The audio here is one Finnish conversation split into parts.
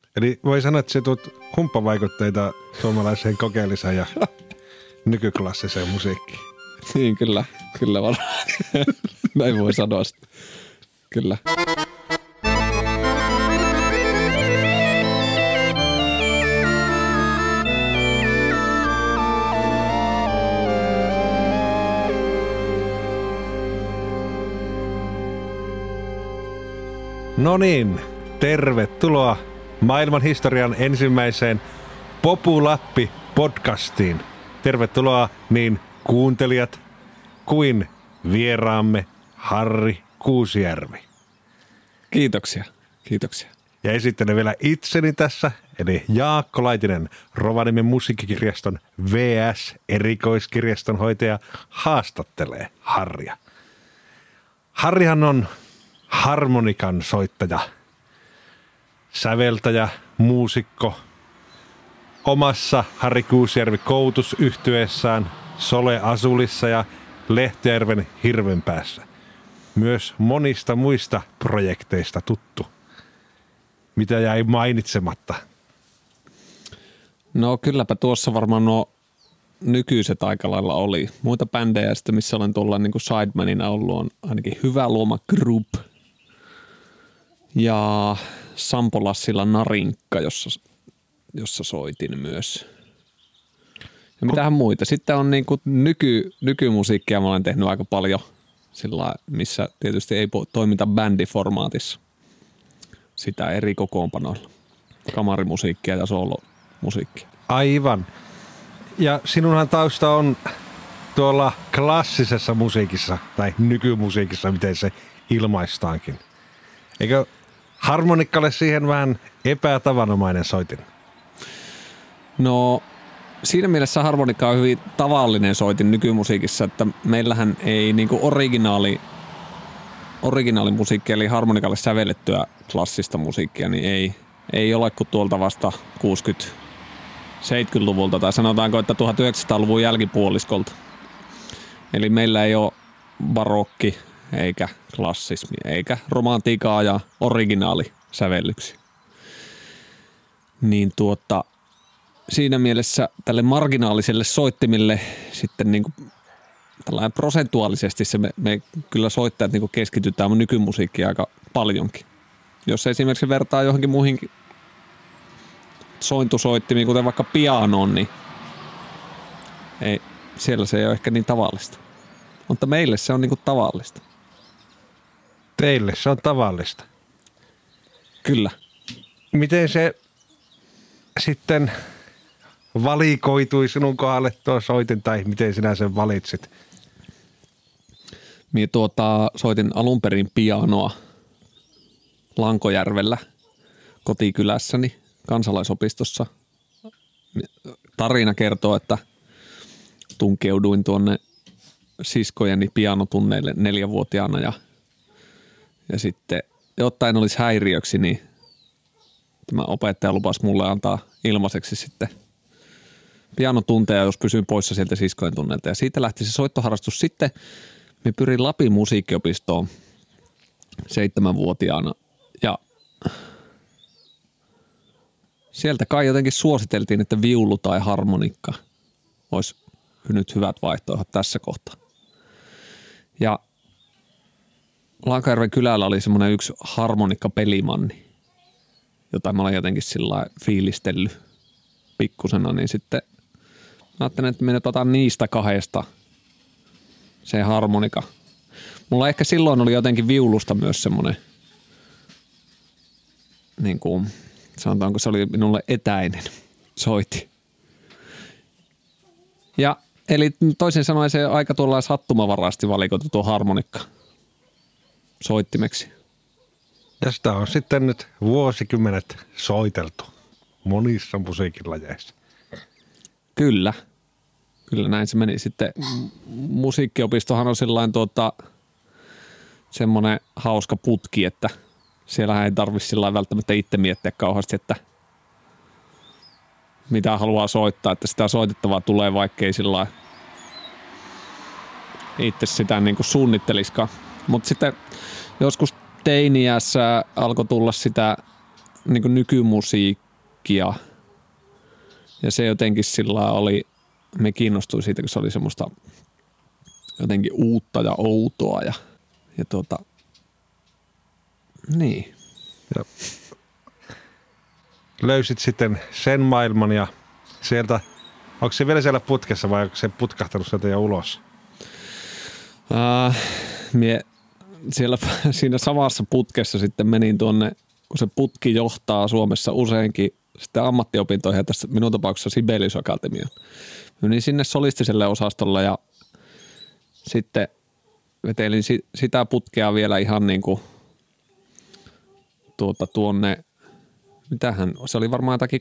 Eli voi sanoa, että se tuot humppavaikutteita suomalaiseen kokeelliseen ja nykyklassiseen musiikkiin. Niin, kyllä varmaan. Näin voi sanoa sitä. Kyllä. No niin, tervetuloa maailman historian ensimmäiseen Populappi-podcastiin. Tervetuloa niin kuuntelijat kuin vieraamme Harri Kuusijärvi. Kiitoksia. Ja esittelen vielä itseni tässä, eli Jaakko Laitinen, Rovaniemen musiikkikirjaston VS-erikoiskirjaston hoitaja, haastattelee Harria. Harrihan on harmonikan soittaja, säveltäjä, muusikko, omassa Harri Kuusijärvi koulutusyhtyeessään, Sole Asulissa ja Lehtijärven Hirvenpäässä. Myös monista muista projekteista tuttu. Mitä jäi mainitsematta? No kylläpä tuossa varmaan nuo nykyiset aika lailla oli. Muita bändejä sitten, missä olen tuolla niin kuin sidemanina ollut, on ainakin Hyvä Luoma Group ja Sampo Lassila Narinkka, jossa soitin myös. Ja mitähän muita. Sitten on niin kuin nykymusiikkia mä olen tehnyt aika paljon sillä, missä tietysti ei toimita bändiformaatissa. Sitä eri kokoonpanoilla. Kamarimusiikkia ja soolomusiikkia. Aivan. Ja sinunhan tausta on tuolla klassisessa musiikissa tai nykymusiikissa, miten se ilmaistaankin. Eikö harmonikkalle siihen vähän epätavanomainen soitin? No siinä mielessä harmonikka on hyvin tavallinen soitin nykymusiikissa, että meillähän ei niinku originaalimusiikkia eli harmonikalle sävellettyä klassista musiikkia, niin ei ole kuin tuolta vasta 60-70-luvulta tai sanotaanko, että 1900-luvun jälkipuoliskolta. Eli meillä ei ole barokki eikä klassismi eikä romantiikkaa ja originaalisävellyksiä. Niin siinä mielessä tälle marginaaliselle soittimille sitten niinku tällainen prosentuaalisesti me kyllä soittajat niinku keskitytään nykymusiikkiin aika paljonkin. Jos esimerkiksi vertaa johonkin muihinkin sointusoittimiin, kuten vaikka pianoon, niin siellä se ei ole ehkä niin tavallista. Mutta meille se on niinku tavallista. Teille se on tavallista. Kyllä. Miten se sitten valikoitui sinun kohdalle tuo soitin, tai miten sinä sen valitsit? Minä soitin alun perin pianoa Lankojärvellä kotikylässäni kansalaisopistossa. Tarina kertoo, että tunkeuduin tuonne siskojeni pianotunneille 4-vuotiaana ja sitten jotta en olisi häiriöksi, niin tämä opettaja lupasi mulle antaa ilmaiseksi sitten pianotunteja, jos pysyin poissa sieltä siskojen tunneilta. Ja siitä lähti se soittoharrastus. Sitten me pyrin Lapin musiikkiopistoon 7-vuotiaana ja sieltä kai jotenkin suositeltiin, että viulu tai harmonikka olisi nyt hyvät vaihtoehdot tässä kohtaa. Ja Lankajärven kylällä oli semmoinen yksi harmonikkapelimanni, jota mä olen jotenkin sillä fiilistellyt pikkusena, niin sitten mä ajattelin, että minä otan niistä kahdesta se harmonika. Mulla ehkä silloin oli jotenkin viulusta myös semmoinen, niin kuin sanotaanko se oli minulle etäinen soiti. Ja eli toisin sanoen se aika tuolla sattumavaraisesti valikoitu tuo harmonikka soittimeksi. Tästä on sitten nyt vuosikymmenet soiteltu monissa musiikinlajeissa. Kyllä näin se meni. Sitten musiikkiopistohan on sillain semmoinen hauska putki, että siellähän ei tarvitse sillain välttämättä itse miettiä kauheasti, että mitä haluaa soittaa, että sitä soitettavaa tulee, vaikkei sillain itse sitä niin kuin suunnitteliskaan. Mutta sitten joskus teiniässä alkoi tulla sitä niin kuin nykymusiikkia ja se jotenkin sillä oli, me kiinnostui siitä, kun se oli semmoista jotenkin uutta ja outoa ja niin. Ja löysit sitten sen maailman ja sieltä, onko se vielä siellä putkessa vai onko se putkahtanut sieltä jo ulos? Mie siellä siinä samassa putkessa sitten menin tuonne, kun se putki johtaa Suomessa useinkin sitten ammattiopintoihin ja tässä minun tapauksessa Sibelius Akatemiaan. Menin sinne solistiselle osastolle ja sitten vetelin sitä putkea vielä ihan niin kuin tuonne, mitähän, se oli varmaan jotakin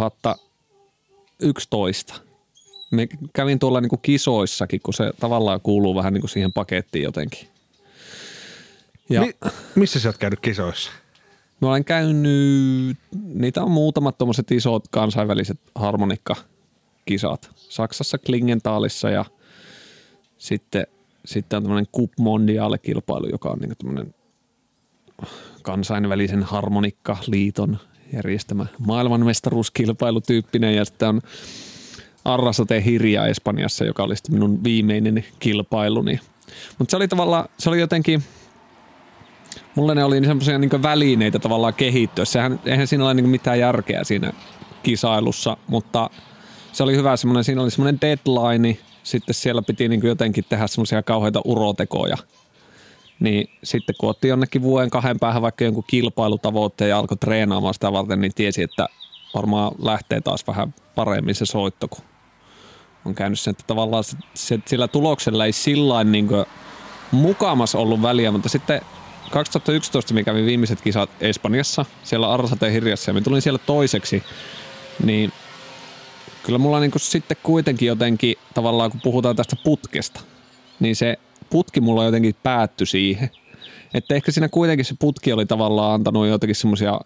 2011. Me kävin tuolla niin kuin kisoissakin, kun se tavallaan kuuluu vähän niin kuin siihen pakettiin jotenkin. Ja missä sä oot käynyt kisoissa? mä olen käynyt, niitä on muutamat tommoset isot kansainväliset harmonikkakisat. Saksassa Klingenthalissa ja sitten on tämmöinen Cup Mondiale-kilpailu, joka on niin kuin tämmöinen kansainvälisen harmonikkaliiton järjestämä maailmanmestaruuskilpailutyyppinen ja sitten on Arrasate Hirja Espanjassa, joka oli sitten minun viimeinen kilpailuni. Mutta se oli tavallaan, se oli jotenkin, mulle ne oli semmoisia niinku välineitä tavallaan kehittyä. Eihän siinä ole niinku mitään järkeä siinä kisailussa, mutta se oli hyvä semmoinen, siinä oli semmoinen deadline, sitten siellä piti niinku jotenkin tehdä semmoisia kauheita urotekoja. Niin sitten kun otti jonnekin vuoden 2 päähän vaikka jonkun kilpailutavoitteen ja alkoi treenaamaan sitä varten, niin tiesi, että varmaan lähtee taas vähän paremmin se soitto, kun on käynyt sen, että tavallaan sillä tuloksella ei sillain niin mukamas ollut väliä, mutta sitten 2011 me kävin viimeiset kisat Espanjassa, siellä Arrasate Hirjassa ja me tulin siellä toiseksi, niin kyllä mulla niin sitten kuitenkin jotenkin tavallaan, kun puhutaan tästä putkesta, niin se putki mulla jotenkin päättyi siihen, että ehkä siinä kuitenkin se putki oli tavallaan antanut jotenkin semmoisia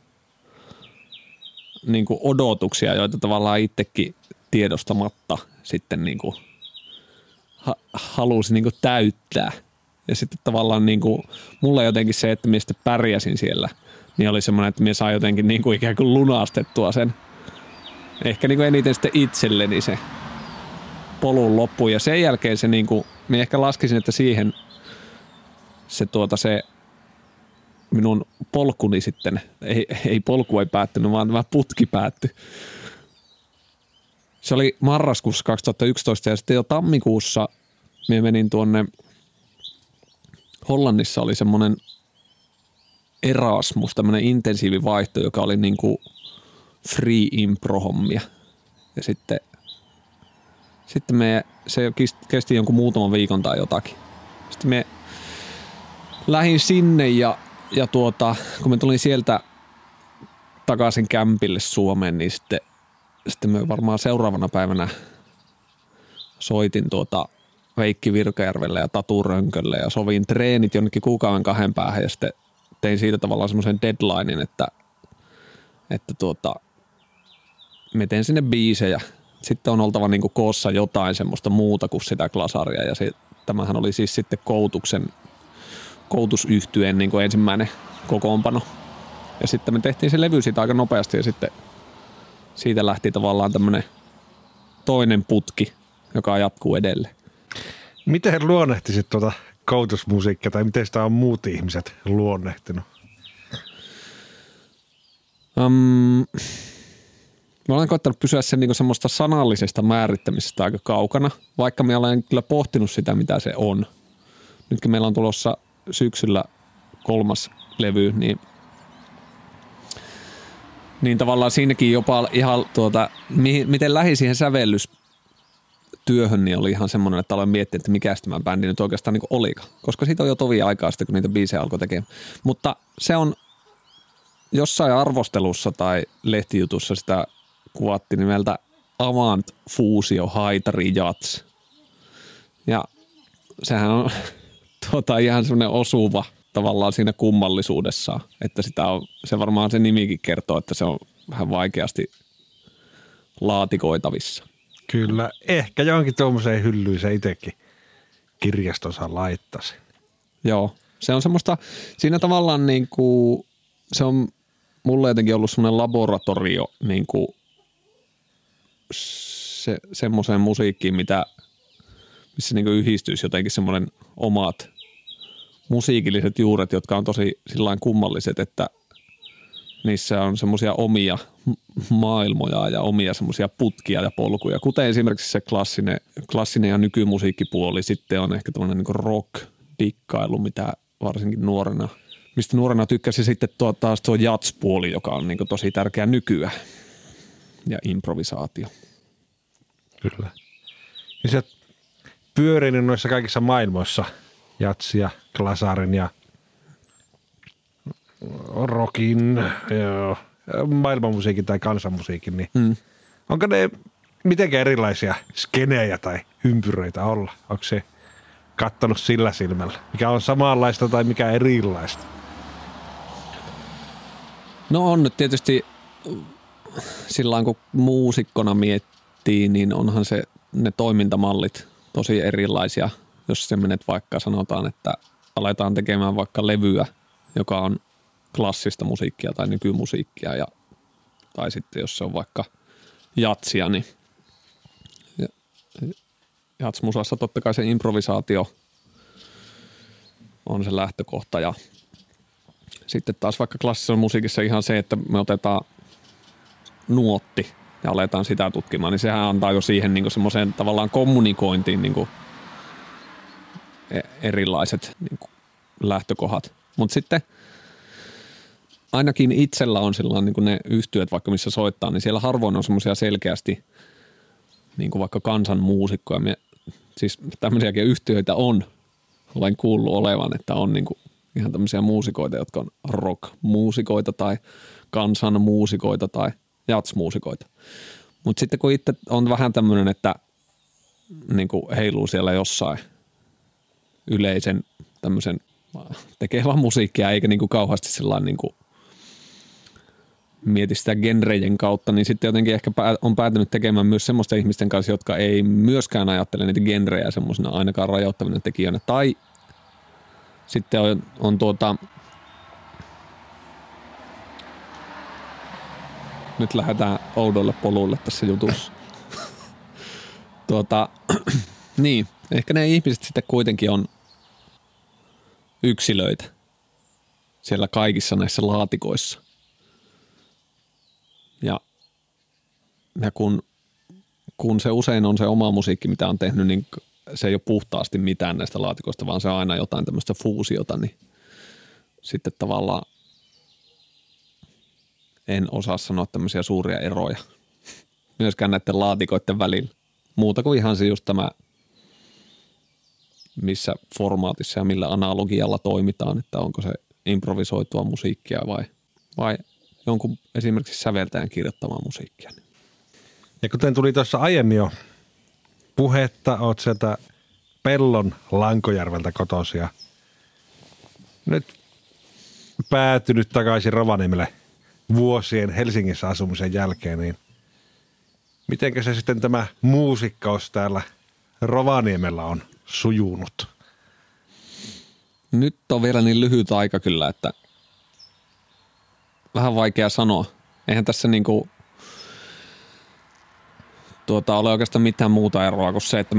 niin kuin odotuksia, joita tavallaan itsekin tiedostamatta sitten niin kuin halusi niin kuin täyttää. Ja sitten tavallaan niin kuin, mulle jotenkin se, että minä sitten pärjäsin siellä, niin oli semmoinen, että minä sain jotenkin niin kuin ikään kuin lunastettua sen. Ehkä niin kuin eniten sitten itselleni se polun loppuun. Ja sen jälkeen se niin kuin, minä ehkä laskisin, että siihen se minun polkuni sitten, ei polku ei päättynyt, vaan tämä putki päättyi. Se oli marraskuussa 2011 ja sitten jo tammikuussa minä menin tuonne, Hollannissa oli semmoinen Erasmus, tämmöinen intensiivivaihto, joka oli niin kuin free impro-hommia. Ja sitten se kesti jonkun muutaman viikon tai jotakin. Sitten me lähdin sinne ja kun me tulin sieltä takaisin kämpille Suomeen, niin sitten me varmaan seuraavana päivänä soitin Veikki Virkajärvelle ja Tatu Rönkölle ja sovin treenit jonnekin kuukauden 2 päähän ja sitten tein siitä tavallaan semmoisen deadlinein, että me teen sinne biisejä. Sitten on oltava niinku koossa jotain semmoista muuta kuin sitä glasaria ja tämähän oli siis sitten Koutusyhtyeen niinku ensimmäinen kokoonpano. Ja sitten me tehtiin se levy siitä aika nopeasti ja sitten siitä lähti tavallaan tämmöinen toinen putki, joka jatkuu edelleen. Miten luonnehtisit koutusmusiikkia tai miten sitä on muut ihmiset luonnehtinut? Mä olen koittanut pysyä sen niinku semmoista sanallisesta määrittämisestä aika kaukana, vaikka mä olen kyllä pohtinut sitä, mitä se on. Nytkin meillä on tulossa syksyllä 3. levy, niin tavallaan siinäkin jopa ihan miten lähi siihen sävellystyöhön, niin oli ihan semmoinen, että aloin miettiä, että mikä tämä bändi nyt oikeastaan niin olikaan. Koska siitä on jo tovi aikaa sitten, kun niitä biisejä alkoi tekemään. Mutta se on jossain arvostelussa tai lehtijutussa sitä kuvattiin nimeltä Avant Fuusio Haitari Jats. Ja sehän on ihan semmoinen osuva tavallaan siinä kummallisuudessaan, että se varmaan se nimikin kertoo, että se on vähän vaikeasti laatikoitavissa. Kyllä, ehkä johonkin tuommoiseen hyllyyn se itsekin kirjastonsa laittaisi. Joo, se on semmoista, siinä tavallaan niin kuin, se on mulla on jotenkin ollut semmoinen laboratorio niin kuin semmoiseen musiikkiin, missä niin kuin yhdistyisi jotenkin semmoinen omat musiikilliset juuret, jotka on tosi sillain kummalliset, että niissä on semmoisia omia maailmoja ja omia semmoisia putkia ja polkuja, kuten esimerkiksi se klassinen ja nykymusiikkipuoli. Sitten on ehkä tämmöinen niin rock-dikkailu, mitä varsinkin mistä nuorena tykkäsi sitten taas tuo jazz-puoli, joka on niin kuin tosi tärkeä nykyään, ja improvisaatio. Kyllä. Ja sä oot pyörinyt noissa kaikissa maailmoissa, jatsia, glasarin ja rockin, maailmanmusiikin tai kansanmusiikin, niin onko ne mitenkään erilaisia skenejä tai ympyröitä olla? Onko se kattonut sillä silmällä? Mikä on samanlaista tai mikä erilaista? No on nyt tietysti silloin kun muusikkona miettii, niin onhan ne toimintamallit tosi erilaisia. Jos se menet vaikka sanotaan, että aletaan tekemään vaikka levyä, joka on klassista musiikkia tai nykymusiikkia, tai sitten jos se on vaikka jatsia, niin jatsmusassa totta kai se improvisaatio on se lähtökohta, ja sitten taas vaikka klassisessa musiikissa ihan se, että me otetaan nuotti ja aletaan sitä tutkimaan, niin sehän antaa jo siihen niin semmoiseen tavallaan kommunikointiin niin erilaiset niin lähtökohdat. Mutta sitten ainakin itsellä on silloin niin ne yhtyöt, vaikka missä soittaa, niin siellä harvoin on semmoisia selkeästi niin vaikka kansanmuusikkoja. Siis tämmöisiäkin yhtiöitä olen kuullut olevan, että on niin ihan tämmöisiä muusikoita, jotka on rock-muusikoita tai kansanmuusikoita tai jazz-muusikoita. Mutta sitten kun itse on vähän tämmöinen, että niin heiluu siellä jossain yleisen tämmöisen tekevän musiikkia, eikä niin kauheasti sellainen niin mieti sitä genrejen kautta, niin sitten jotenkin ehkä on päätynyt tekemään myös semmoisten ihmisten kanssa, jotka ei myöskään ajattele niitä genrejä semmoisena ainakaan rajoittavina tekijöinä. Tai sitten on nyt lähdetään oudolle polulle tässä jutussa. Niin, ehkä ne ihmiset sitten kuitenkin on yksilöitä siellä kaikissa näissä laatikoissa. Ja kun se usein on se oma musiikki, mitä on tehnyt, niin se ei ole puhtaasti mitään näistä laatikoista, vaan se on aina jotain tämmöistä fuusiota, niin sitten tavallaan en osaa sanoa tämmöisiä suuria eroja myöskään näiden laatikoiden välillä. Muuta kuin ihan se just tämä, missä formaatissa ja millä analogialla toimitaan, että onko se improvisoitua musiikkia vai jonkun esimerkiksi säveltäjän kirjoittamaa musiikkia. Ja kuten tuli tuossa aiemmin jo puhetta, oot sieltä Pellon Lankojärveltä kotoisin ja nyt päätynyt takaisin Rovaniemelle vuosien Helsingissä asumisen jälkeen, niin mitenkä se sitten tämä muusikkaus täällä Rovaniemellä on sujunut? Nyt on vielä niin lyhyt aika kyllä, että vähän vaikea sanoa. Eihän tässä niinku ole oikeastaan mitään muuta eroa kuin se, että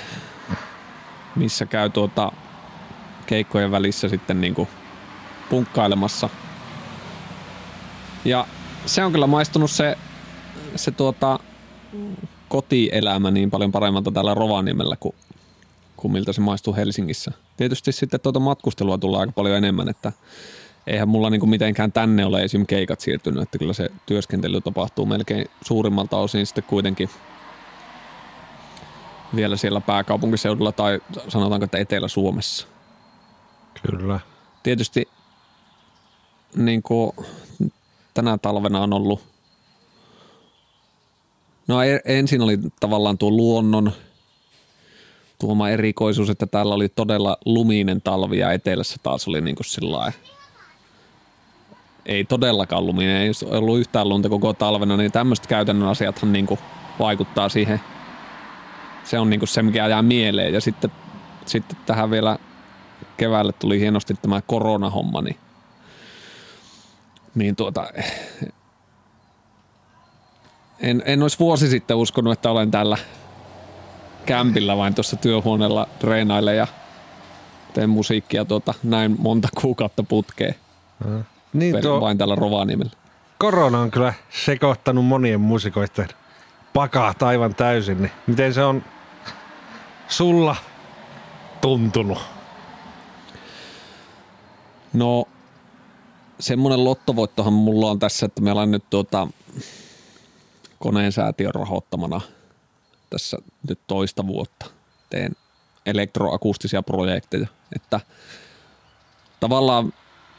missä käy keikkojen välissä sitten niinku punkkailemassa. Ja se on kyllä maistunut se kotielämä niin paljon paremmalta täällä Rovaniemellä kuin miltä se maistuu Helsingissä. Tietysti sitten matkustelua tulee aika paljon enemmän, että eihän mulla niinku mitenkään tänne ole esim. Keikat siirtynyt, että kyllä se työskentely tapahtuu melkein suurimmalta osin sitten kuitenkin vielä siellä pääkaupunkiseudulla tai sanotaanko, että Etelä-Suomessa. Kyllä. Tietysti niin kuin tänä talvena on ollut, no ensin oli tavallaan tuo luonnon tuoma erikoisuus, että täällä oli todella luminen talvi ja etelässä taas oli niin kuin sillain, ei todellakaan luminen, ei ollut yhtään lunta koko talvena, niin tämmöiset käytännön asiathan niin kuin vaikuttaa siihen. Se on niin kuin se, mikä jää mieleen. Ja sitten tähän vielä keväälle tuli hienosti tämä koronahomma, niin Niin en olisi vuosi sitten uskonut, että olen tällä kämpillä vain tuossa työhuoneella treenailen ja teen musiikkia näin monta kuukautta putkeen. Niin vain tällä Rovaniemellä. Korona on kyllä sekoittanut monien musikoiden pakaat aivan täysin. Niin miten se on sulla tuntunut? No semmoinen lottovoittohan mulla on tässä, että meillä on nyt Koneen säätiön rahoittamana tässä nyt toista vuotta. Teen elektroakustisia projekteja. Että tavallaan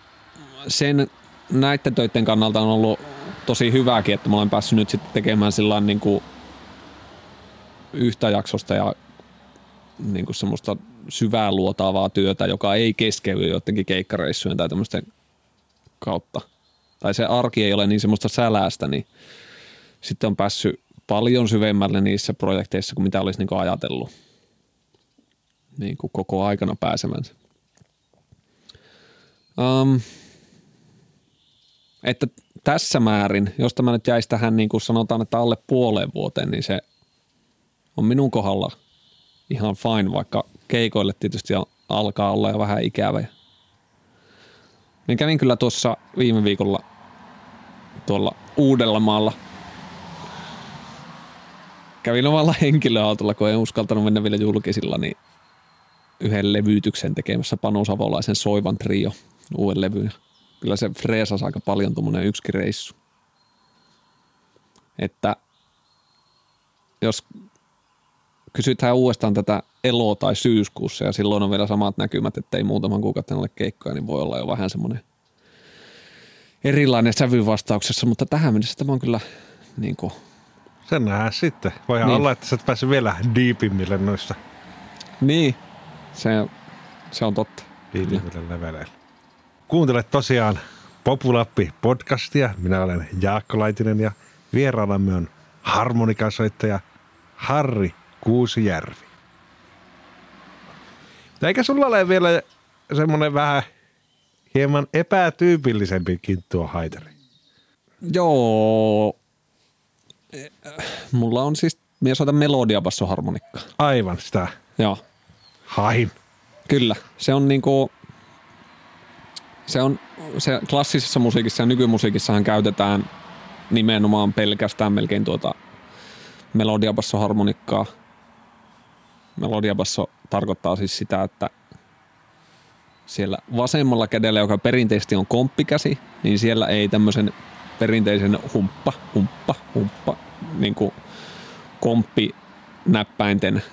näiden töiden kannalta on ollut tosi hyvääkin, että mä olen päässyt nyt sitten tekemään sillain niin kuin yhtä jaksosta ja niin kuin semmoista syvää luotaavaa työtä, joka ei keskeydy jotenkin keikkareissujen tai tämmöisten kautta. Tai se arki ei ole niin semmoista sälästä, niin sitten on päässyt paljon syvemmälle niissä projekteissa kuin mitä olisi niin kuin ajatellut niin kuin koko aikana pääsemänsä. Että tässä määrin, jos tämä nyt jäisi tähän niin kuin sanotaan, että alle puoleen vuoteen, niin se on minun kohdalla ihan fine, vaikka keikoille tietysti alkaa olla jo vähän ikävä. Minä kävin kyllä tuossa viime viikolla tuolla Uudellamaalla. Kävin omalla henkilöautolla, kun en uskaltanut mennä vielä julkisilla, niin yhden levytyksen tekemässä Panu Savolaisen Soivan trio uuden levyyn. Kyllä se freesasi aika paljon tuommoinen yksikin reissu. Että jos kysytään uudestaan tätä elo- tai syyskuussa ja silloin on vielä samat näkymät, että ei muutaman kuukauden ole keikkoja, niin voi olla jo vähän semmoinen erilainen sävy vastauksessa, mutta tähän mennessä tämä on kyllä niin kuin... Sen nähdään sitten. Voihan olla, että sä et päässyt vielä diipimmille noissa. Niin, se on totta. Diipimmille leveleillä. Kuuntelet tosiaan Populappi-podcastia. Minä olen Jaakko Laitinen ja vieraanamme on harmonikasoittaja Harri Kuusijärvi. Eikä sulla ole vielä semmoinen vähän hieman epätyypillisempikin tuo haitari? Joo. Mulla on siis, minä soitan melodiabassoharmonikkaa. Aivan sitä. Joo. Hain. Kyllä. Se on niinku, se klassisessa musiikissa ja nykymusiikissahan käytetään nimenomaan pelkästään melkein melodiabassoharmonikkaa. Melodiabasso tarkoittaa siis sitä, että siellä vasemmalla kädellä, joka perinteisesti on komppikäsi, niin siellä ei tämmöisen perinteisen humppa, niin kuin komppinäppäinten,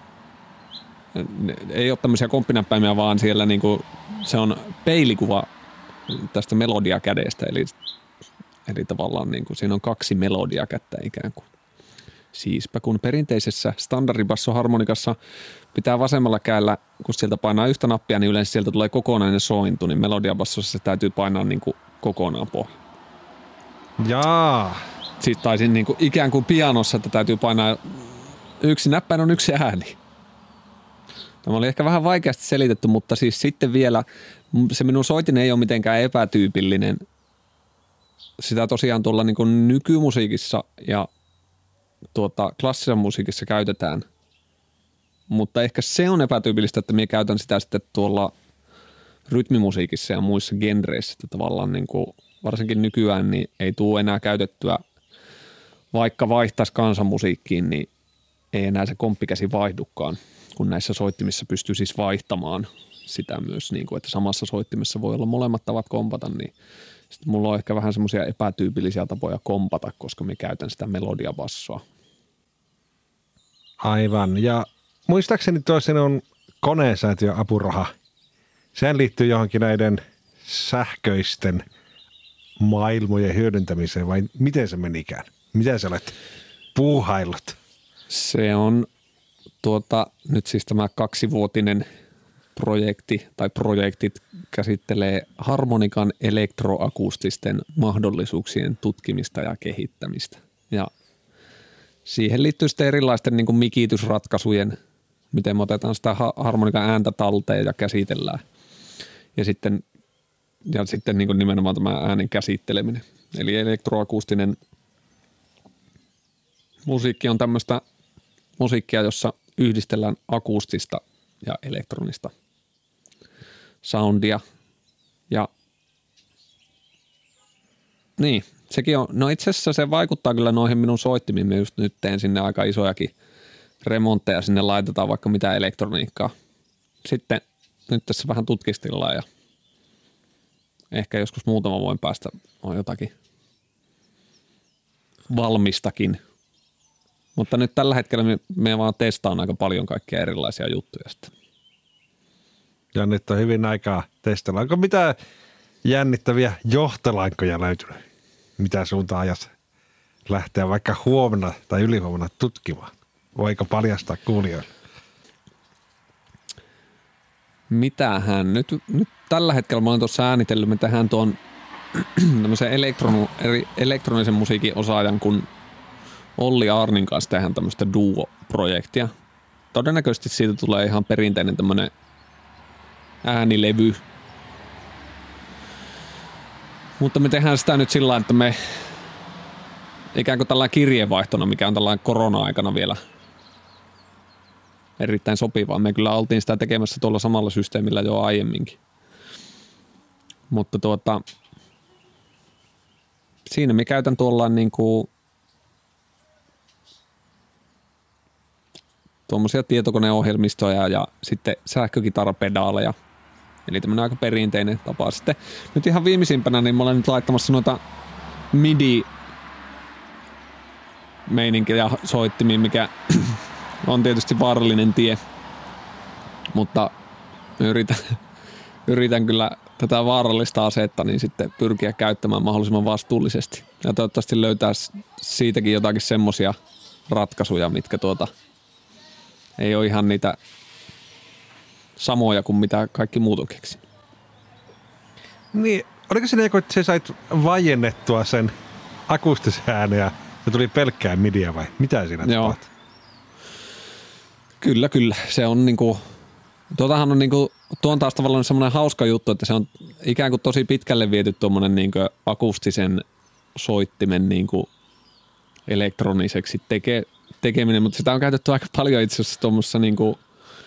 ei ole tämmöisiä komppinäppäimiä, vaan siellä niin kuin, se on peilikuva tästä melodiakädestä, eli tavallaan niin kuin, siinä on kaksi melodiakättä ikään kuin. Siispä kun perinteisessä standardibassoharmonikassa pitää vasemmalla kädellä, kun sieltä painaa yhtä nappia, niin yleensä sieltä tulee kokonainen sointu, niin melodiabassossa se täytyy painaa niin kuin kokonaan pohjaan. Jaa. Siis taisin niin kuin ikään kuin pianossa, että täytyy painaa yksi näppäin on yksi ääni. Tämä oli ehkä vähän vaikeasti selitetty, mutta siis sitten vielä se minun soitin ei ole mitenkään epätyypillinen. Sitä tosiaan tuolla niin kuin nykymusiikissa ja klassisessa musiikissa käytetään, mutta ehkä se on epätyypillistä, että minä käytän sitä sitten tuolla rytmimusiikissa ja muissa genreissä, että tavallaan niin kuin, varsinkin nykyään niin ei tule enää käytettyä, vaikka vaihtaisi kansanmusiikkiin, niin ei enää se komppikäsi vaihdukaan, kun näissä soittimissa pystyy siis vaihtamaan sitä myös, niin kuin, että samassa soittimessa voi olla molemmat tavat kompata, niin sitten mulla on ehkä vähän semmoisia epätyypillisiä tapoja kompata, koska minä käytän sitä melodiabassoa. Aivan. Ja muistaakseni tuo sinun koneensäätiön apuraha, sehän liittyy johonkin näiden sähköisten maailmojen hyödyntämiseen, vai miten se menikään? Miten sä olet puuhaillut? Se on nyt siis tämä 2-vuotinen projekti tai projektit käsittelee harmonikan elektroakustisten mahdollisuuksien tutkimista ja kehittämistä. Ja siihen liittyy sitten erilaisten niin kuin mikitysratkaisujen, miten me otetaan sitä harmonikan ääntä talteen ja käsitellään. Ja sitten Ja sitten niin kuin nimenomaan tämä äänen käsitteleminen. Eli elektroakustinen musiikki on tämmöistä musiikkia, jossa yhdistellään akustista ja elektronista soundia. Ja niin, sekin on, no itse asiassa se vaikuttaa kyllä noihin minun soittimiin. Mä just nyt teen sinne aika isojakin remontteja, sinne laitetaan vaikka mitä elektroniikkaa. Sitten nyt tässä vähän tutkistellaan ja ehkä joskus muutama vuoden päästä on jotakin valmistakin. Mutta nyt tällä hetkellä me vaan testaan aika paljon kaikkia erilaisia juttuja sitten. Ja nyt on hyvin aikaa testalla. Onko mitään jännittäviä johtolankoja löytynyt? Mitä suuntaan ajat lähteä vaikka huomenna tai ylihuomenna tutkimaan? Voiko paljastaa kuulijoille? Mitähän? Nyt tällä hetkellä mä olen tuossa äänitellyt, me tehdään tuon tämmöisen elektronisen musiikin osaajan kun Olli Arnin kanssa tehdään tämmöistä duo-projektia. Todennäköisesti siitä tulee ihan perinteinen tämmöinen äänilevy. Mutta me tehdään sitä nyt sillä että me ikään kuin tällainen kirjeenvaihtona, mikä on tällainen korona-aikana vielä erittäin sopivaa. Me kyllä oltiin sitä tekemässä tuolla samalla systeemillä jo aiemminkin. Mutta siinä me käytän tuolla niinku tuommoisia tietokoneohjelmistoja ja sitten sähkökitarapedaaleja. Eli tämmöinen aika perinteinen tapa. Sitten nyt ihan viimeisimpänä, niin mä olen nyt laittamassa noita MIDI-meininkiä soittimiin, mikä on tietysti vaarallinen tie. Mutta yritän kyllä tätä vaarallista asetta niin sitten pyrkiä käyttämään mahdollisimman vastuullisesti. Ja toivottavasti löytää siitäkin jotakin semmoisia ratkaisuja, mitkä ei ole ihan niitä samoja kuin mitä kaikki muut on keksinyt. Niin, oliko siinä joku, että sä sait vajennettua sen akustisen äänen ja se tuli pelkkää midiä vai mitä siinä tapahtui? Kyllä. Se on niinku, tuotahan on niinku, tuo on taas tavallaan semmoinen hauska juttu, että se on ikään kuin tosi pitkälle viety tuommoinen niinku akustisen soittimen niinku elektroniseksi tekeminen, mutta sitä on käytetty aika paljon itse asiassa tuommoisessa niinku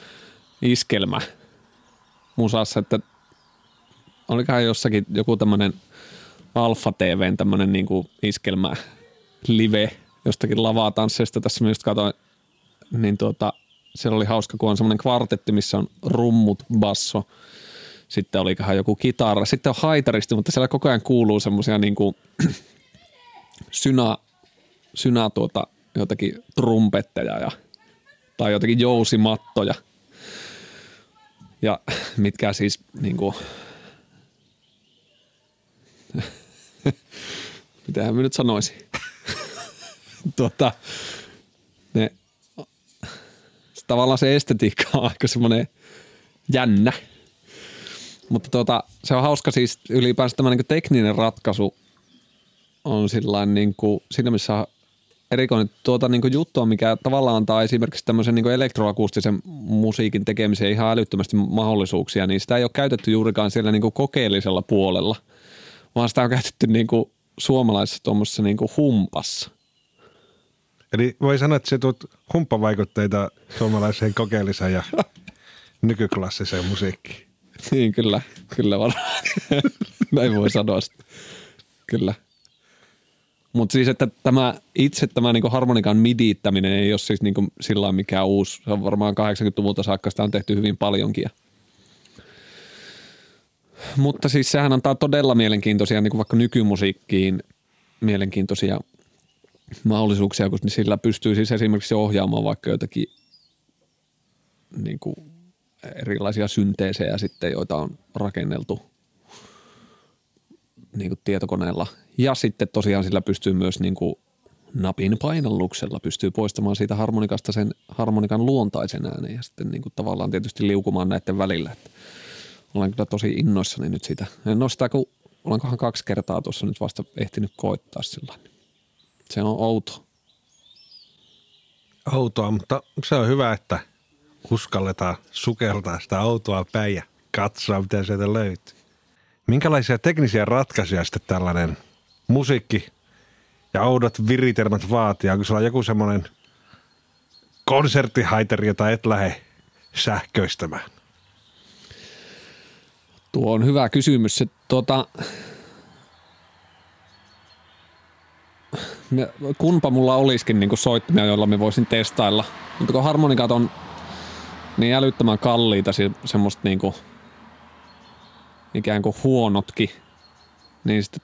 iskelmämusassa, että olikohan jossakin joku tämmöinen Alfa TVn tämmöinen niinku iskelmä live jostakin lavatansseista. Tässä mä just katsoin, niin siellä oli hauska, kun on semmoinen kvartetti, missä on rummut, basso, sitten olikohan joku kitara, sitten on haitaristi, mutta siellä koko ajan kuuluu semmoisia niinku synä jotakin trumpetteja tai jotakin jousimattoja. Ja mitkä siis niinku mitähän mä nyt sanoisin. Tavallaan se estetiikka on aika semmoinen jännä. Mutta se on hauska siis ylipäänsä tämä niinku tekninen ratkaisu on sillain niinku siinä missä erikoinen niinku juttua, mikä tavallaan antaa esimerkiksi tämmöisen niinku elektroakustisen musiikin tekemiseen ihan älyttömästi mahdollisuuksia, niin sitä ei ole käytetty juurikaan siellä niinku kokeellisella puolella, vaan sitä on käytetty niinku suomalaisessa tuommoisessa niinku humpassa. Eli voi sanoa, että se tuot humppavaikutteita suomalaiseen kokeelliseen ja nykyklassiseen musiikkiin. Niin, kyllä varmaan. Näin voi sanoa sitä. Kyllä. Mutta siis, että tämä niinku harmonikan midittäminen ei ole siis niinku sillä mikään uusi. Se on varmaan 80-luvulta saakka, sitä on tehty hyvin paljonkin. Mutta siis sehän antaa todella mielenkiintoisia, niin kuin vaikka nykymusiikkiin mielenkiintoisia mahdollisuuksia, kun sillä pystyy siis esimerkiksi ohjaamaan vaikka jotakin niin kuin erilaisia synteesejä sitten, joita on rakenneltu niin kuin tietokoneella. Ja sitten tosiaan sillä pystyy myös niin kuin napin painalluksella pystyy poistamaan siitä harmonikasta sen harmonikan luontaisen äänen ja sitten niin kuin tavallaan tietysti liukumaan näiden välillä. Että olen kyllä tosi innoissani nyt siitä. En ole sitä, kun olenkohan 2 kertaa tuossa nyt vasta ehtinyt koittaa sillä. Se on outo. Outoa, mutta se on hyvä, että uskalletaan sukeltaa sitä outoa päin ja katsoa, mitä sieltä löytyy. Minkälaisia teknisiä ratkaisuja sitten tällainen musiikki ja oudot viritelmät vaatii? Onko sulla joku semmoinen konserttihaiteri, jota et lähde sähköistämään? Tuo on hyvä kysymys. Se, kunpa mulla olisikin niinku soittimia, joilla me voisin testailla. Mutta kun harmonikat on niin älyttömän kalliita, semmoista niinku ikään kuin huonotkin, niin sitten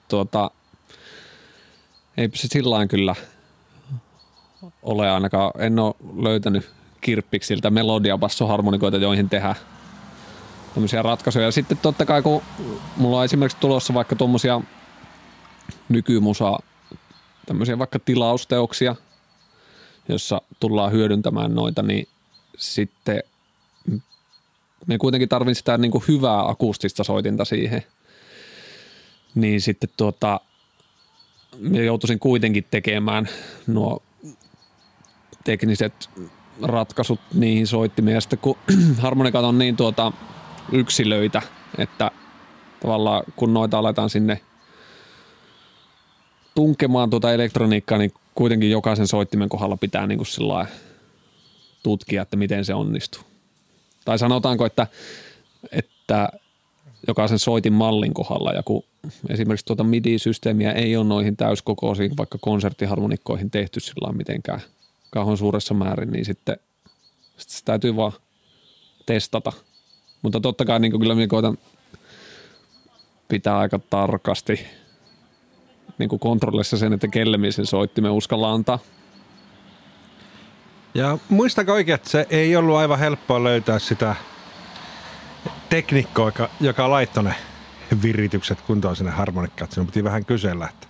eipä se sillain kyllä ole ainakaan. En ole löytänyt kirppiksiltä melodiabassoharmonikoita, joihin tehdään tämmöisiä ratkaisuja. Ja sitten totta kai, kun mulla on esimerkiksi tulossa vaikka tuommoisia nykymusaa, tämmöisiä vaikka tilausteoksia, jossa tullaan hyödyntämään noita, niin sitten me kuitenkin tarvin sitä niin kuin hyvää akustista soitinta siihen. Niin sitten me joutuisin kuitenkin tekemään nuo tekniset ratkaisut niihin soittimiin. Ja sitten kun harmonikat on niin yksilöitä, että tavallaan kun noita aletaan sinne tunkemaan elektroniikkaa, niin kuitenkin jokaisen soittimen kohdalla pitää niin kuin sillai tutkia, että miten se onnistuu. Tai sanotaanko, että jokaisen soitin mallin kohdalla, ja kun esimerkiksi MIDI-systeemiä ei ole noihin täyskokoisiin, vaikka konserttiharmonikkoihin tehty sillä mitenkään kauhean suuressa määrin, niin sitten se täytyy vaan testata. Mutta totta kai niin kyllä minä koitan pitää aika tarkasti niin kontrollissa sen, että kelle sen soittimen uskalla antaa. Ja muistako oikein, että se ei ollut aivan helppoa löytää sitä teknikkoa, joka laittoi ne viritykset kuntoon sinne harmonikkaan. Sinun piti vähän kysellä, että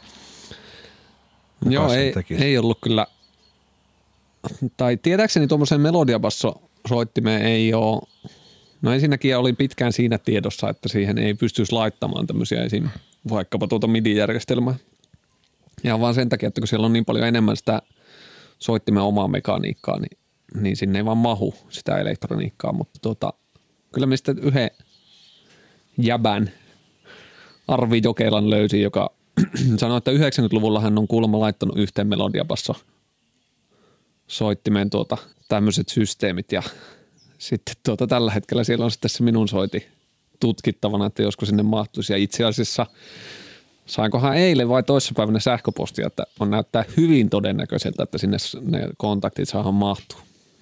joo, ei ollut kyllä. Tai tietääkseni tuommoisen melodiabasso-soittimeen ei ole. No ensinnäkin oli pitkään siinä tiedossa, että siihen ei pystyisi laittamaan tämmöisiä esim. Vaikkapa MIDI-järjestelmää. Ja vaan sen takia, että kun siellä on niin paljon enemmän sitä soittimen omaa mekaniikkaa, niin sinne ei vaan mahu sitä elektroniikkaa. Mutta kyllä me sitten yhden jäbän Arvi Jokelan löysi, joka sanoi, että 90-luvulla hän on kuulemma laittanut yhteen melodiabasso soittimeen tämmöiset systeemit ja sitten tällä hetkellä siellä on sitten se minun soiti tutkittavana, että josko sinne mahtuisi. Ja itse asiassa sainkohan eilen vai toissapäivänä sähköpostia, että on näyttää hyvin todennäköiseltä, että sinne ne kontaktit saadaan mahtua.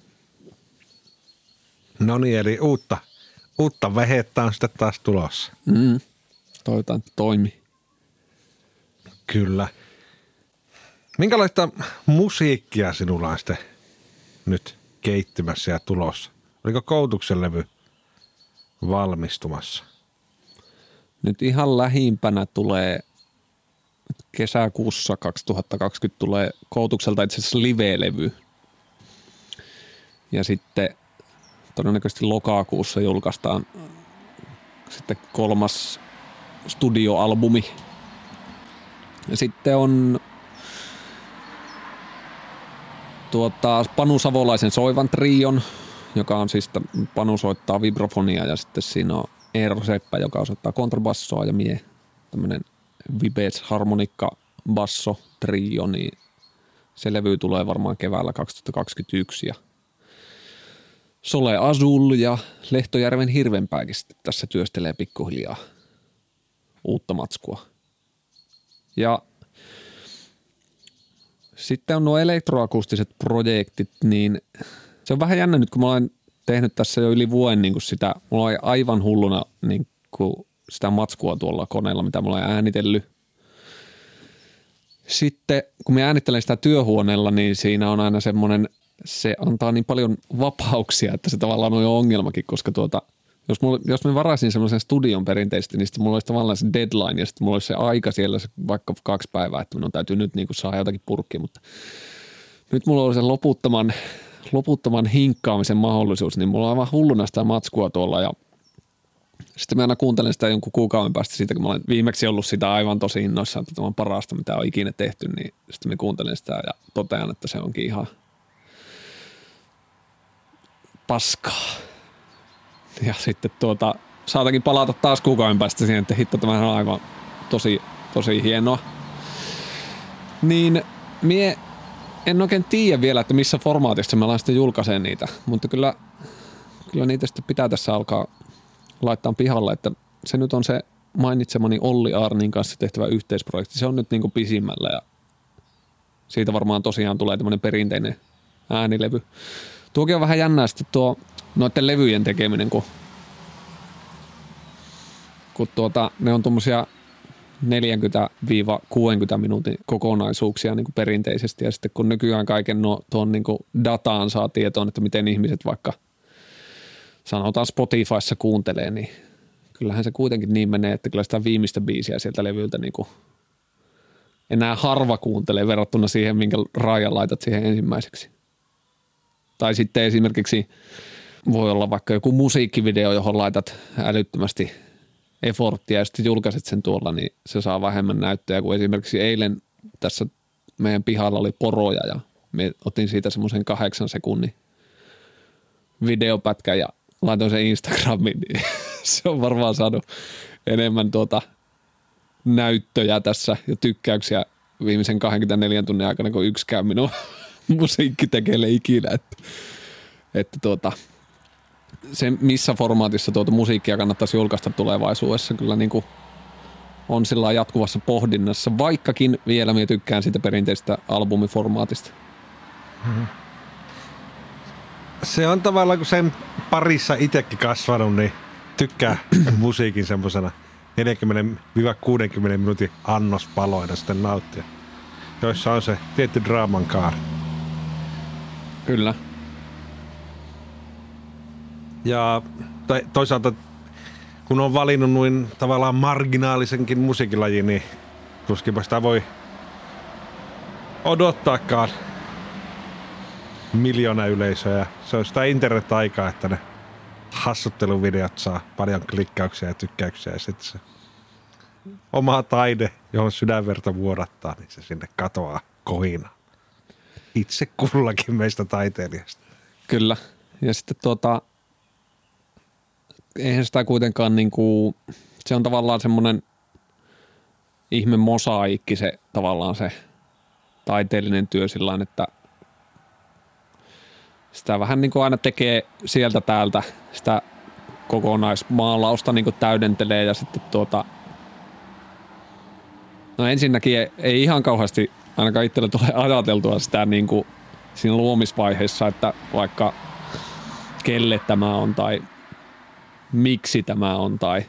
No niin, eli uutta vehettä on sitten taas tulossa. Toivotaan, että toimii. Kyllä. Minkälaista musiikkia sinulla on sitten nyt keittymässä ja tulossa? Oliko Koutuksen levy valmistumassa? Nyt ihan lähimpänä tulee kesäkuussa 2020 tulee Koutukselta itse asiassa live-levy. Ja todennäköisesti lokakuussa julkaistaan sitten 3. studioalbumi. Ja sitten on Panu Savolaisen soivan trion, joka on siis, Panu soittaa vibrofonia ja sitten siinä on Eero Seppä, joka soittaa kontrabassoa ja mie tämmönen Vibes harmonikka basso trio, niin se levy tulee varmaan keväällä 2021 ja Sole Azul ja Lehtojärven Hirvenpääkin sitten tässä työstelee pikkuhiljaa uutta matskua. Ja sitten on nuo elektroakustiset projektit, niin se on vähän jännä nyt, kun mä olen tehnyt tässä jo yli vuoden niin kuin sitä, mulla on aivan hulluna niin kuin sitä matskua tuolla koneella, mitä mulla on äänitellyt. Sitten kun mä äänittelen sitä työhuoneella, niin siinä on aina semmoinen, se antaa niin paljon vapauksia, että se tavallaan on jo ongelmakin, koska jos mä varaisin semmoisen studion perinteisesti, niin sitten mulla olisi tavallaan se deadline ja sitten mulla olisi se aika siellä vaikka 2 päivää, että minun täytyy nyt niin kuin saada jotakin purkkiä, mutta nyt mulla on se loputtoman hinkkaamisen mahdollisuus, niin mulla on aivan hulluna sitä matskua tuolla ja sitten mä aina kuuntelen sitä jonkun kuukauden päästä siitä, kun mä olen viimeksi ollut sitä aivan tosi innoissaan, että tämä on parasta, mitä on ikinä tehty, niin sitten mä kuuntelen sitä ja totean, että se onkin ihan paskaa. Ja sitten saatakin palata taas kuukauden päästä siihen, että hitto, tämä on aivan tosi hienoa. Niin mie en oikein tiedä vielä, että missä formaatissa me ollaan sitten julkaiseen niitä, mutta kyllä niitä sitten pitää tässä alkaa laittaa pihalle, että se nyt on se mainitsemani Olli Arnin kanssa tehtävä yhteisprojekti. Se on nyt niin kuin pisimmällä ja siitä varmaan tosiaan tulee tämmöinen perinteinen äänilevy. Tuokin on vähän jännää sitten noiden levyjen tekeminen, kun ne on tommosia 40-60 minuutin kokonaisuuksia niin kuin perinteisesti. Ja sitten kun nykyään kaiken tuon niin kuin dataan saa tietoon, että miten ihmiset vaikka sanotaan Spotifyssa kuuntelee, niin kyllähän se kuitenkin niin menee, että kyllä sitä viimeistä biisiä sieltä levyltä niin kuin enää harva kuuntelee verrattuna siihen, minkä raajan laitat siihen ensimmäiseksi. Tai sitten esimerkiksi voi olla vaikka joku musiikkivideo, johon laitat älyttömästi efforttia ja sitten julkaiset sen tuolla, niin se saa vähemmän näyttöjä kuin esimerkiksi eilen tässä meidän pihalla oli poroja ja me otin siitä semmoisen 8 sekunnin videopätkän ja laitoin sen Instagramiin, niin se on varmaan saanut enemmän näyttöjä tässä ja tykkäyksiä viimeisen 24 tunnin aikana kuin yksikään minun musiikkitekele ikinä, että se missä formaatissa musiikkia kannattaisi julkaista tulevaisuudessa kyllä niin kuin on sillä jatkuvassa pohdinnassa, vaikkakin vielä minä tykkään siitä perinteisestä albumiformaatista. Se on tavallaan, kun sen parissa itsekin kasvanut, niin tykkää musiikin semmosena 40-60 minuutin annospaloina sitten nauttia, joissa on se tietty draaman kaari. Kyllä. Ja toisaalta, kun on valinnut noin tavallaan marginaalisenkin musiikilajin, niin tuskinpa sitä voi odottaakaan miljoona yleisöä. Se on sitä internet-aikaa, että ne hassutteluvideot saa paljon klikkauksia ja tykkäyksiä. Ja sitten se oma taide, johon sydänverta vuodattaa, niin se sinne katoaa kohina. Itse kullakin meistä taiteilijasta. Kyllä. Ja sitten eihän sitä kuitenkaan niinku, se on tavallaan semmoinen ihme mosaikki se tavallaan se taiteellinen työ sillain, että sitä vähän niin kuin aina tekee sieltä täältä sitä kokonaismaalausta niin kuin täydentelee ja sitten no ensinnäkin ei ihan kauheasti ainakaan itselle tule ajateltua sitä niin kuin siinä luomisvaiheessa, että vaikka kelle tämä on tai miksi tämä on tai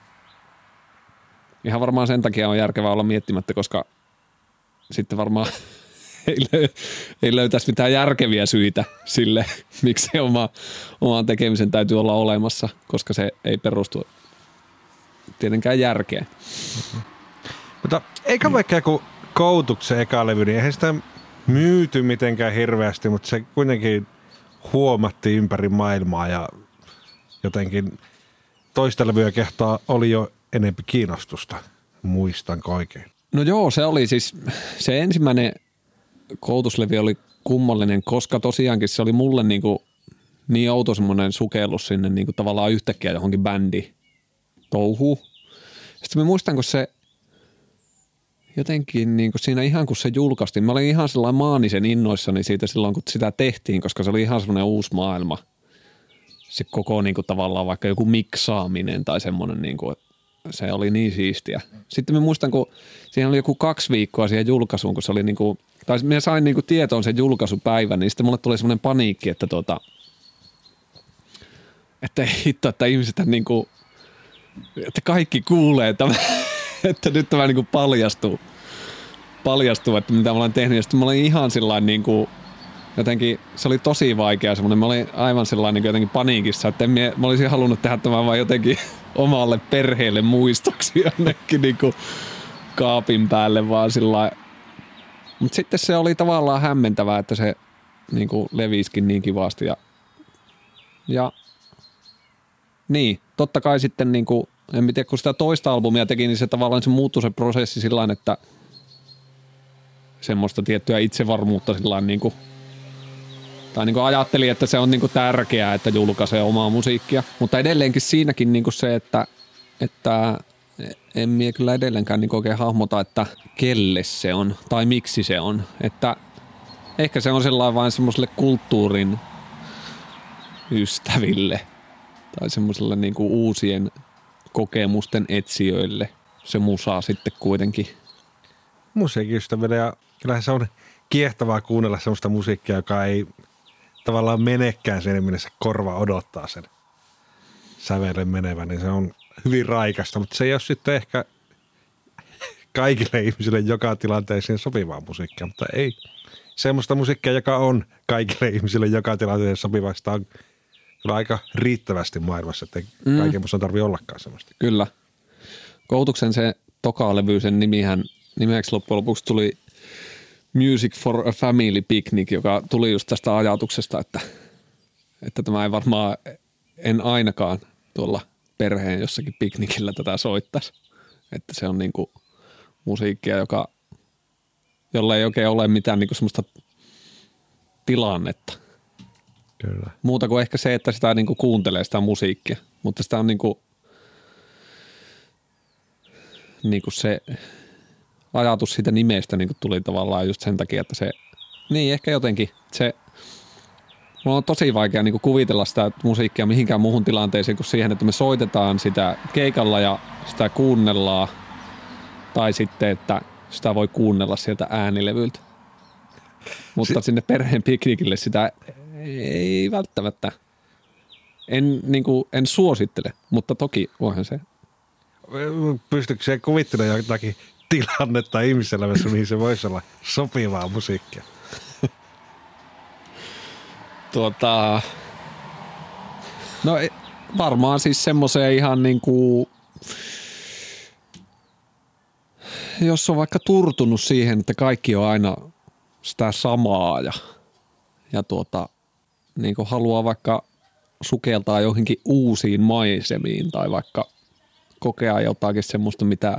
ihan varmaan sen takia on järkevää olla miettimättä, koska sitten varmaan ei löytäisi mitään järkeviä syitä sille, miksi se oman tekemisen täytyy olla olemassa, koska se ei perustu tietenkään järkeen. Mutta eikä vaikka joku Koutuksen eka levy, niin eihän sitä myyty mitenkään hirveästi, mutta se kuitenkin huomattiin ympäri maailmaa ja jotenkin toista levyä kehtaa oli jo enempi kiinnostusta, muistanko oikein? No joo, se oli siis se ensimmäinen Koutuslevi oli kummallinen, koska tosiaankin se oli mulle niin outo semmoinen sukellus sinne niin kuin tavallaan yhtäkkiä johonkin bändi touhuun. Sitten mä muistan, kun se jotenkin niin kuin siinä ihan kun se julkaistiin, mä olin ihan sellainen maanisen innoissani siitä silloin, kun sitä tehtiin, koska se oli ihan semmoinen uusi maailma. Se koko niin kuin tavallaan vaikka joku miksaaminen tai semmoinen, niin kuin, se oli niin siistiä. Sitten mä muistan, kun siinä oli joku 2 viikkoa siihen julkaisuun, kun se oli niin kuin, tai minä sain niin kuin tietoon sen julkaisupäivän, niin sitten mulle tuli semmoinen paniikki, että että hitto, että ihmiset niin kuin, että kaikki kuulee tämä, että nyt tämä niin kuin paljastuu, että mitä mä olen tehnyt. Ja sitten mä olin ihan sillain niin kuin, jotenkin, se oli tosi vaikea semmoinen, mä olin aivan sellainen niin jotenkin paniikissa, että mä olisin halunnut tehdä tämän vaan jotenkin omalle perheelle muistoksi jonnekin niin kuin kaapin päälle vaan sillain. Mutta sitten se oli tavallaan hämmentävää, että se niin kuin levisikin niin kivasti ja niin, totta kai sitten niin kuin, en tiedä, kun sitä toista albumia teki, niin se tavallaan se muuttui se prosessi sillain, että semmoista tiettyä itsevarmuutta sillain niin kuin Tai niin kuin ajattelin, että se on niin kuin tärkeää, että julkaisee omaa musiikkia. Mutta edelleenkin siinäkin niin kuin se, että en minä kyllä edelleenkään niin oikein hahmota, että kelle se on tai miksi se on. Että ehkä se on sellainen vain semmoiselle kulttuurin ystäville tai semmoiselle niin kuin uusien kokemusten etsijöille se musa sitten kuitenkin. Musiikin ystäville ja kyllähän se on kiehtovaa kuunnella semmoista musiikkia, joka ei tavallaan menekään sen, minne korva odottaa sen sävelen menevän, niin se on hyvin raikasta, mutta se ei ole sitten ehkä kaikille ihmisille joka tilanteeseen sopivaa musiikkia, mutta ei semmoista musiikkia, joka on kaikille ihmisille joka tilanteeseen sopivaa, sitä on kyllä aika riittävästi maailmassa, että ei kaiken musta tarvitse ollakaan semmoista. Kyllä. Koutuksen se toka-levy, sen nimeksi loppujen lopuksi tuli Music for a Family Picnic, joka tuli just tästä ajatuksesta, että tämä ei varmaan, en ainakaan tuolla perheen jossakin piknikillä tätä soittaisi. Että se on niinku musiikkia, jolla ei oikein ole mitään niinku semmoista tilannetta. Kyllä. Muuta kuin ehkä se, että sitä niinku kuuntelee sitä musiikkia, mutta sitä on niinku se ajatus siitä nimestä niinku tuli tavallaan just sen takia, että se, niin ehkä jotenkin se, mulla on tosi vaikea niinku kuvitella sitä musiikkia mihinkään muuhun tilanteeseen kuin siihen, että me soitetaan sitä keikalla ja sitä kuunnellaan, tai sitten, että sitä voi kuunnella sieltä äänilevyltä. Mutta sinne perheen piknikille sitä ei välttämättä, en suosittele, mutta toki voihan se. Pystytkö se kuvittelemaan jotakin tilannetta ihmiselämässä, mihin se voisi olla sopivaa musiikkia? No varmaan siis semmoiseen ihan niinku, jos on vaikka turtunut siihen, että kaikki on aina sitä samaa ja niinku haluaa vaikka sukeltaa johonkin uusiin maisemiin tai vaikka kokea jotakin semmoista, mitä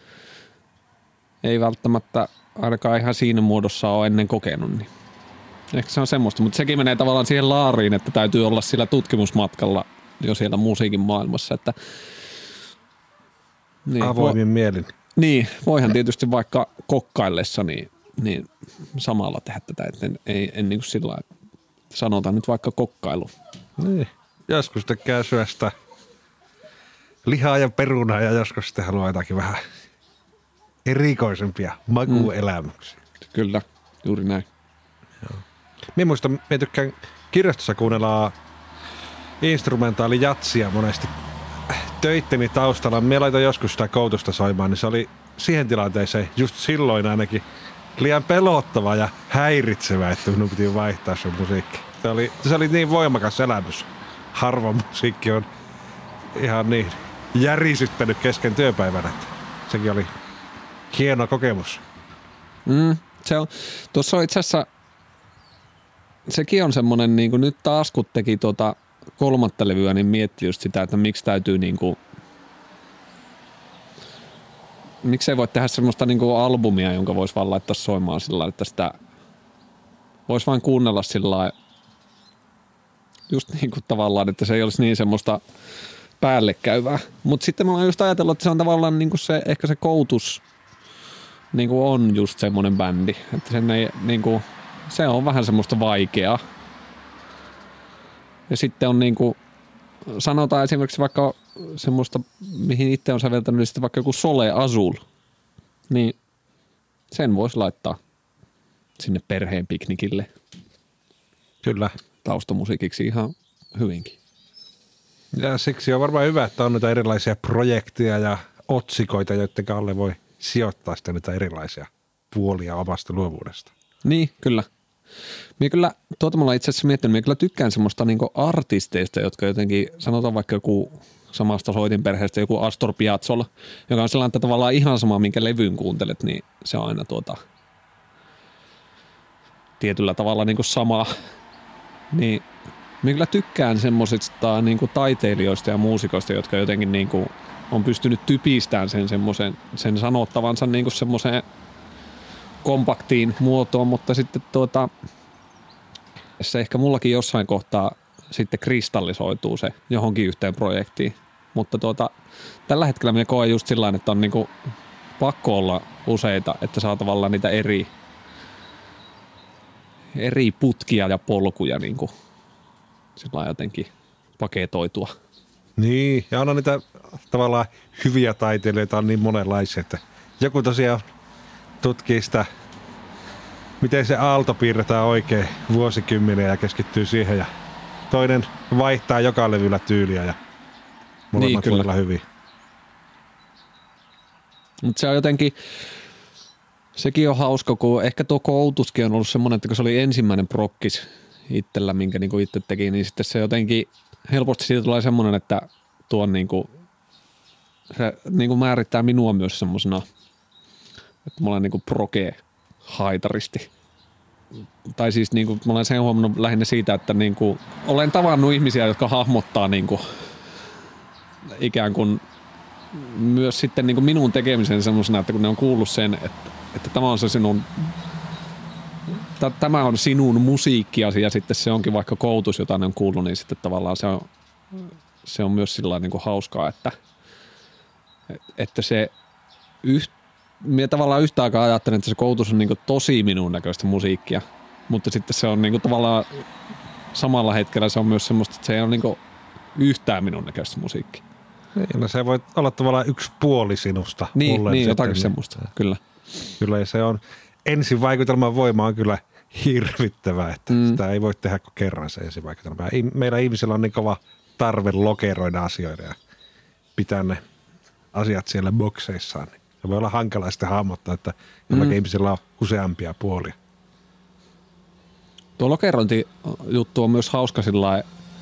ei välttämättä ainakaan ihan siinä muodossa ole ennen kokenut, niin ehkä se on semmoista, mutta sekin menee tavallaan siihen laariin, että täytyy olla sillä tutkimusmatkalla jo siellä musiikin maailmassa, että niin, avoimin mielin. Niin, voihan tietysti vaikka kokkaillessa niin samalla tehdä tätä, että en niin kuin sillä lailla, sanotaan nyt vaikka kokkailu. Niin, joskus tykkää syöstä lihaa ja perunaa ja joskus sitten haluaa jotakin vähän erikoisempia makuelämyksiä. Kyllä, juuri näin. Joo. Minä muistan, minä tykkään kirjastossa kuunnella instrumentaalijatsia monesti töitteni taustalla. Minä laitoin joskus sitä koutusta soimaan, niin se oli siihen tilanteeseen just silloin ainakin liian pelottava ja häiritsevä, että minun piti vaihtaa sen musiikki. Se oli niin voimakas elämys. Harva musiikki on ihan niin järisyttänyt kesken työpäivänä. Sekin oli hieno kokemus. Se on, tuossa on itse asiassa, sekin on semmoinen, niin kuin nyt taas kun teki kolmatta levyä, niin mietti just sitä, että miksi täytyy miksi ei voi tehdä semmoista albumia, jonka voisi vaan laittaa soimaan sillä lailla, että sitä voisi vain kuunnella sillä lailla, just niin kuin tavallaan, että se ei olisi niin semmoista päällekäyvää. Mutta sitten mä oon just ajatellut, että se on tavallaan niin kuin ehkä se Koutus niin kuin on just semmoinen bändi, että sen ei, niin kuin, se on vähän semmoista vaikeaa. Ja sitten on niin kuin, sanotaan esimerkiksi vaikka semmoista, mihin itse on säveltänyt, niin sitten vaikka joku Sole Azul, niin sen voisi laittaa sinne perheen piknikille. Kyllä. Taustamusiikiksi ihan hyvinkin. Ja siksi on varmaan hyvä, että on näitä erilaisia projekteja ja otsikoita, joiden alle voi sijoittaa sitten näitä erilaisia puolia omasta luovuudesta. Niin, kyllä. Minä kyllä, mä olen itse asiassa miettinyt, minä kyllä tykkään semmoista niinku artisteista, jotka jotenkin, sanotaan vaikka joku samasta soitinperheestä, joku Astor Piazzolla, joka on sellainen, että tavallaan ihan sama, minkä levyyn kuuntelet, niin se on aina tietyllä tavalla niinku sama. Niin minä kyllä tykkään semmoisista niinku taiteilijoista ja muusikoista, jotka jotenkin niinku on pystynyt typistämään sen sanottavansa niinku semmoiseen kompaktiin muotoon, mutta sitten se ehkä mullakin jossain kohtaa sitten kristallisoituu se johonkin yhteen projektiin. Mutta tällä hetkellä minä koen just sillain, että on niinku pakko olla useita, että saa tavallaan niitä eri putkia ja polkuja niinku sillä jotenkin paketoitua. Niin, ja on niitä tavallaan hyviä taiteilijoita on niin monenlaisia, että joku tosiaan tutkii sitä, miten se aalto piirretään oikein vuosikymmeniä ja keskittyy siihen, ja toinen vaihtaa joka levyllä tyyliä, ja molemmat voi olla hyviä. Mutta se on jotenkin, sekin on hauska, kun ehkä tuo koulutuskin on ollut semmoinen, että kun se oli ensimmäinen prokkis itsellä, minkä niinku itse teki, niin sitten se jotenkin helposti siitä tulee semmoinen, että tuo niinku, se niinku määrittää minua myös semmosena, että mä olen niinku proge-haitaristi. Tai siis niinku, mä olen sen huomannut lähinnä siitä, että niinku, olen tavannut ihmisiä, jotka hahmottaa niinku, ikään kuin myös sitten niinku minun tekemisen semmosena, että kun ne on kuullut sen, että tämä on se sinun tämä on sinun musiikkiasi ja sitten se onkin vaikka koulutus, jota ne on kuullut, niin sitten tavallaan se on myös sillä niin kuin hauskaa, että se minä tavallaan yhtä aikaa ajattelen, että se koulutus on niin kuin tosi minun näköistä musiikkia, mutta sitten se on niin kuin tavallaan samalla hetkellä se on myös semmoista, että se ei ole niin kuin yhtään minun näköistä musiikkia. Niin, no se voi olla tavallaan yksi puoli sinusta. Niin jotakin semmoista, kyllä. Kyllä, ja se on ensivaikutelman voima on kyllä hirvittävä, että sitä ei voi tehdä kuin kerran se ensivaikutelma. Meillä ihmisillä on niin kova tarve lokeroida asioita ja pitää ne asiat siellä bokseissaan. Se voi olla hankala sitten hahmottaa, että jollakin ihmisillä on useampia puolia. Tuo lokerointijuttu on myös hauska sillä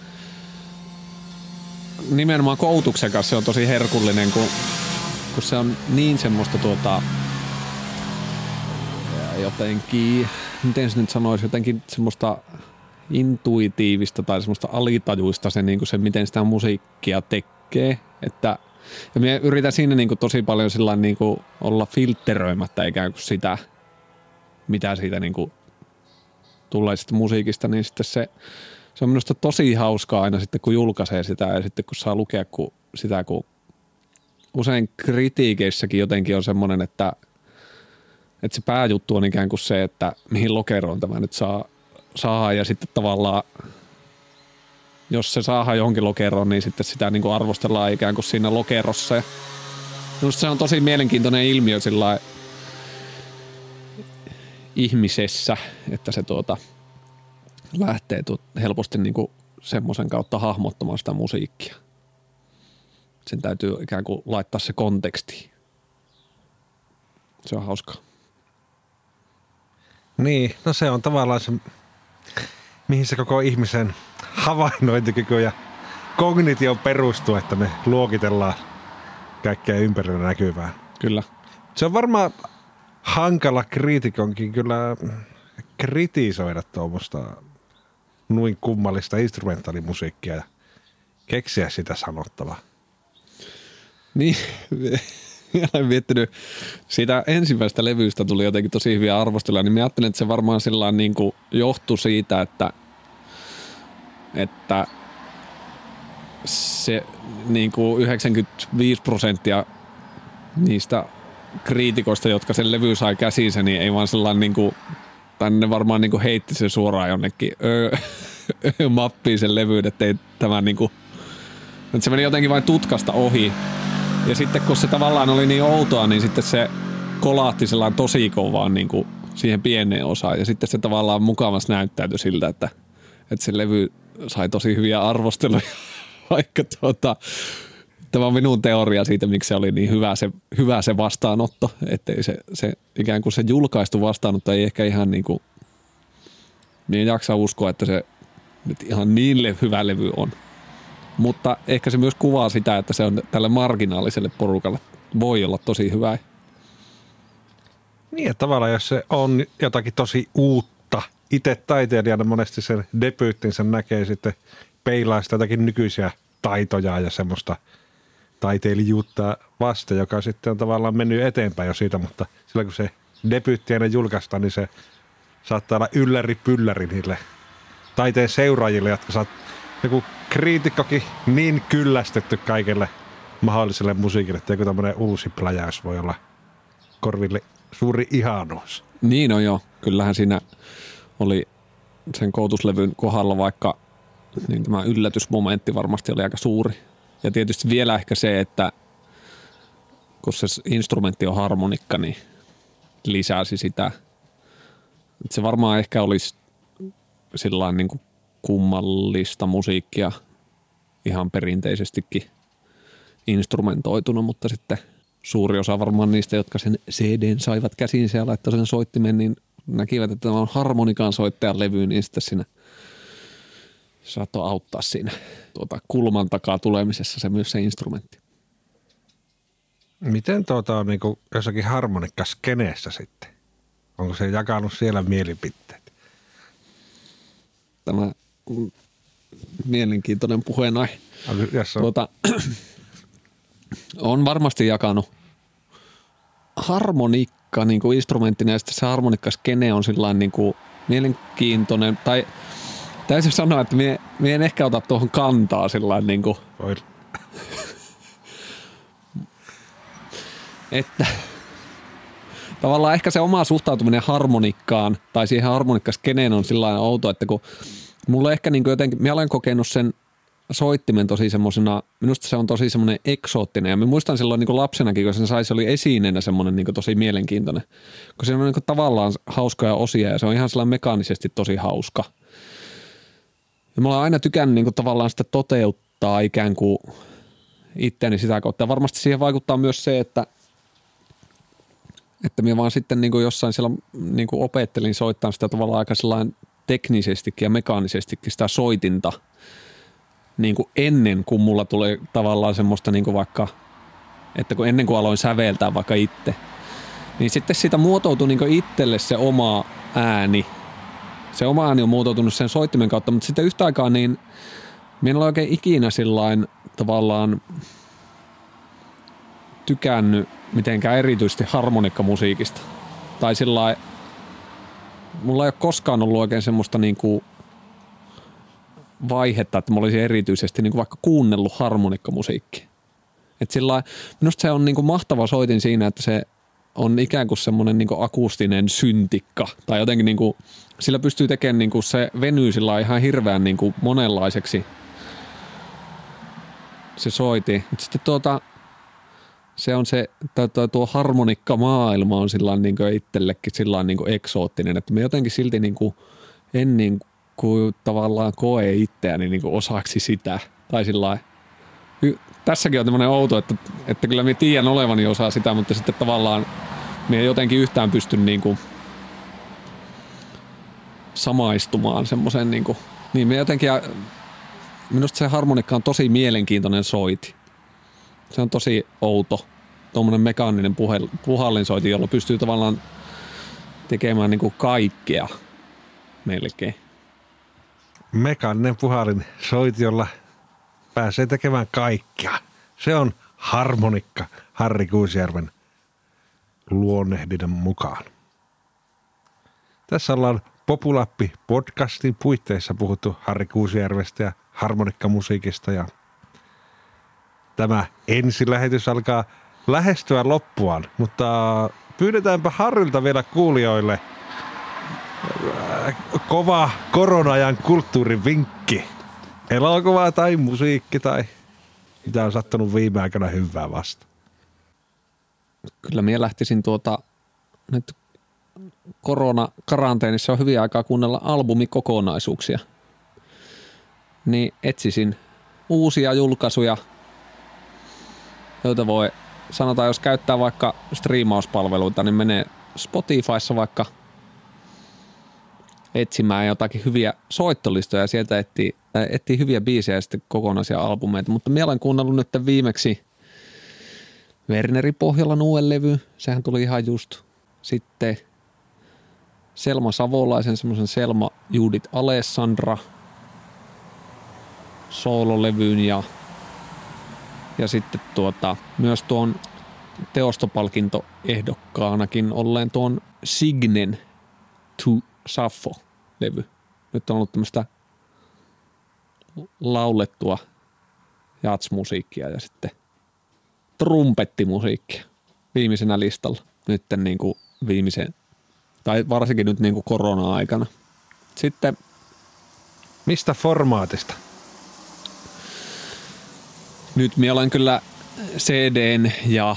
nimenomaan koulutuksen kanssa se on tosi herkullinen, kun se on niin semmoista jotenkin, miten se nyt sanoisi, jotenkin semmoista intuitiivista tai semmoista alitajuista se, niin kuin se miten sitä musiikkia tekee. Ja minä yritän siinä niin kuin tosi paljon sillain niin kuin olla filtteröimättä ikään kuin sitä, mitä siitä niin kuin tulee sitten musiikista, niin sitten se on minusta tosi hauskaa aina sitten, kun julkaisee sitä ja sitten kun saa lukea sitä, kun usein kritiikeissäkin jotenkin on semmoinen, että se pääjuttu on ikään kuin se, että mihin lokeroon tämä nyt saa ja sitten tavallaan, jos se saadaan johonkin lokeroon, niin sitten sitä niin kuin arvostellaan ikään kuin siinä lokerossa. Ja minusta se on tosi mielenkiintoinen ilmiö sillä ihmisessä, että se lähtee helposti niin kuin semmoisen kautta hahmottamaan sitä musiikkia. Sen täytyy ikään kuin laittaa se konteksti. Se on hauskaa. Niin, no se on tavallaan se, mihin se koko ihmisen havainnointikyky ja kognitio perustuu, että me luokitellaan kaikkea ympärillä näkyvää. Kyllä. Se on varmaan hankala kriitikonkin kyllä kritisoida tuommoista noin kummallista instrumentaalimusiikkia ja keksiä sitä sanottavaa. Niin, olen miettinyt, siitä ensimmäistä levystä tuli jotenkin tosi hyviä arvosteluja, niin mä ajattelen, että se varmaan sillä niin kuin johtui siitä, että se niin kuin 95% niistä kriitikoista, jotka sen levy sai käsiinsä, niin ei vaan sellainen niin kuin, tai ne varmaan niin kuin heitti sen suoraan jonnekin mappiin sen levyyn, että ei tämä niin kuin, että se meni jotenkin vain tutkasta ohi. Ja sitten kun se tavallaan oli niin outoa, niin sitten se kolahti sellainen tosi kovaan niin kuin siihen pieneen osaan. Ja sitten se tavallaan mukavasti näyttäytyi siltä, että se levy sai tosi hyviä arvosteluja, vaikka tämä on minun teoria siitä, miksi se oli niin hyvä se vastaanotto. Että se ikään kuin se julkaistu vastaanotto ei ehkä ihan niin kuin, niin jaksa uskoa, että se nyt ihan niin hyvä levy on. Mutta ehkä se myös kuvaa sitä, että se on tälle marginaaliselle porukalle voi olla tosi hyvä. Niin, että tavallaan jos se on jotakin tosi uutta, itse taiteilijana monesti sen debyyttinsä näkee sitten peilaa sitä jotakin nykyisiä taitoja ja semmoista taiteilijuutta vasta, joka sitten on tavallaan mennyt eteenpäin jo siitä, mutta silloin kun se debyytti ennen julkaistaan, niin se saattaa olla ylläri-pylläri niille taiteen seuraajille, jotka sä oot joku kriitikkokin niin kyllästetty kaikelle mahdolliselle musiikille, että joku tämmöinen uusi pläjäys voi olla korville suuri ihanuus. Niin on jo. Kyllähän siinä oli sen kootuslevyn kohdalla vaikka niin tämä yllätysmomentti varmasti oli aika suuri. Ja tietysti vielä ehkä se, että kun se instrumentti on harmonikka, niin lisäsi sitä. Että se varmaan ehkä olisi sillain niin kuin kummallista musiikkia ihan perinteisestikin instrumentoituna, mutta sitten suuri osa varmaan niistä, jotka sen CDn saivat käsiinsä ja laittoi sen soittimen, niin näkivät, että tämä on harmonikan soittajan levy, niin sitten siinä saattoi auttaa siinä kulman takaa tulemisessa se myös se instrumentti. Miten on niin kuin jossakin harmonikkaskeneessä sitten? Onko se jakanut siellä mielipiteet? Tämä on mielenkiintoinen puheenaihe. On varmasti jakanut harmonikka niin kuin instrumenttina ja sitten se harmonikkaskene on sillain niin kuin mielenkiintoinen. Tai täytyy sanoa, että mie en ehkä ota tuohon kantaa sillain niin kuin että tavallaan ehkä se oma suhtautuminen harmonikkaan tai siihen harmonikkaskeneen on sillain outo, että kun mulle ehkä niin kuin jotenkin, minä olen kokenut sen soittimen tosi semmosena, minusta se on tosi semmoinen eksoottinen ja mä muistan silloin niin kuin lapsenakin, kun sen sai, oli esineenä semmoinen niin kuin tosi mielenkiintoinen, kun se on niin kuin tavallaan hauskoja osia ja se on ihan sellainen mekaanisesti tosi hauska. Ja mä olen aina tykännyt niin kuin tavallaan sitä toteuttaa ikään kuin itseäni sitä kautta ja varmasti siihen vaikuttaa myös se, että minä vaan sitten niin kuin jossain siellä niin kuin opettelin soittaa sitä tavallaan aika sellainen teknisestikin ja mekaanisestikin sitä soitinta niin kuin ennen kuin mulla tulee tavallaan semmoista niin kuin vaikka, että kun ennen kuin aloin säveltää vaikka itse, niin sitten siitä muotoutui niin kuin itselle se oma ääni. Se oma ääni on muotoutunut sen soittimen kautta, mutta sitten yhtä aikaa niin minä en ole oikein ikinä sillain tavallaan tykännyt mitenkään erityisesti harmonikkamusiikista. Tai sillain, mulla ei ole koskaan ollut oikein semmoista niinku vaihetta, että mä olisin erityisesti niinku vaikka kuunnellut harmonikkamusiikkia. Että sillain, minusta se on niinku mahtava soitin siinä, että se on ikään kuin semmoinen niinku akustinen syntikka. Tai jotenkin niinku, sillä pystyy tekemään niinku se venyy sillä ihan hirveän niinku monenlaiseksi se soiti. Mutta sitten se on se, tuo harmonikkamaailma on sillain niin kuin itsellekin sillain niin kuin eksoottinen, että me jotenkin silti niin kuin en niin kuin tavallaan koe itseäni niin kuin osaksi sitä. Tai sillain, tässäkin on tämmöinen outo, että kyllä minä tiedän olevani osaa sitä, mutta sitten tavallaan minä jotenkin yhtään pystyn niin kuin samaistumaan semmoisen niin me jotenkin, minusta se harmonikka on tosi mielenkiintoinen soiti. Se on tosi outo, tuommoinen mekaaninen puhallinsoiti, jolla pystyy tavallaan tekemään niin kuin kaikkea melkein. Mekaaninen puhallinsoiti, jolla pääsee tekemään kaikkea. Se on harmonikka Harri Kuusijärven luonnehdinnan mukaan. Tässä ollaan Populappi-podcastin puitteissa puhuttu Harri Kuusijärvestä ja harmonikkamusiikista ja tämä ensilähetys alkaa lähestyä loppuaan, mutta pyydetäänpä Harrilta vielä kuulijoille kova korona-ajan kulttuurivinkki. Elokuva tai musiikki tai mitä on sattunut viime aikoina hyvää vasta. Kyllä minä lähtisin nyt korona-karanteenissa on hyviä aikaa kuunnella albumikokonaisuuksia. Niin etsisin uusia julkaisuja, joita voi, sanotaan jos käyttää vaikka striimauspalveluita, niin menee Spotifyssa vaikka etsimään jotakin hyviä soittolistoja ja sieltä etsii hyviä biisejä ja sitten kokonaisia albumeita. Mutta minä olen kuunnellut nyt viimeksi Werneri Pohjolan uuden levy, sehän tuli ihan just. Sitten Selma Savolaisen semmoisen Selma Judith Alessandra soololevyyn ja sitten myös tuon teostopalkintoehdokkaanakin olleen tuon Signen to Sappho-levy. Nyt on ollut tämmöistä laulettua jatsmusiikkia ja sitten trumpettimusiikkia viimeisenä listalla. Nyt niin kuin viimeisen, tai varsinkin nyt niin kuin korona-aikana. Sitten mistä formaatista? Nyt minä olen kyllä CDn ja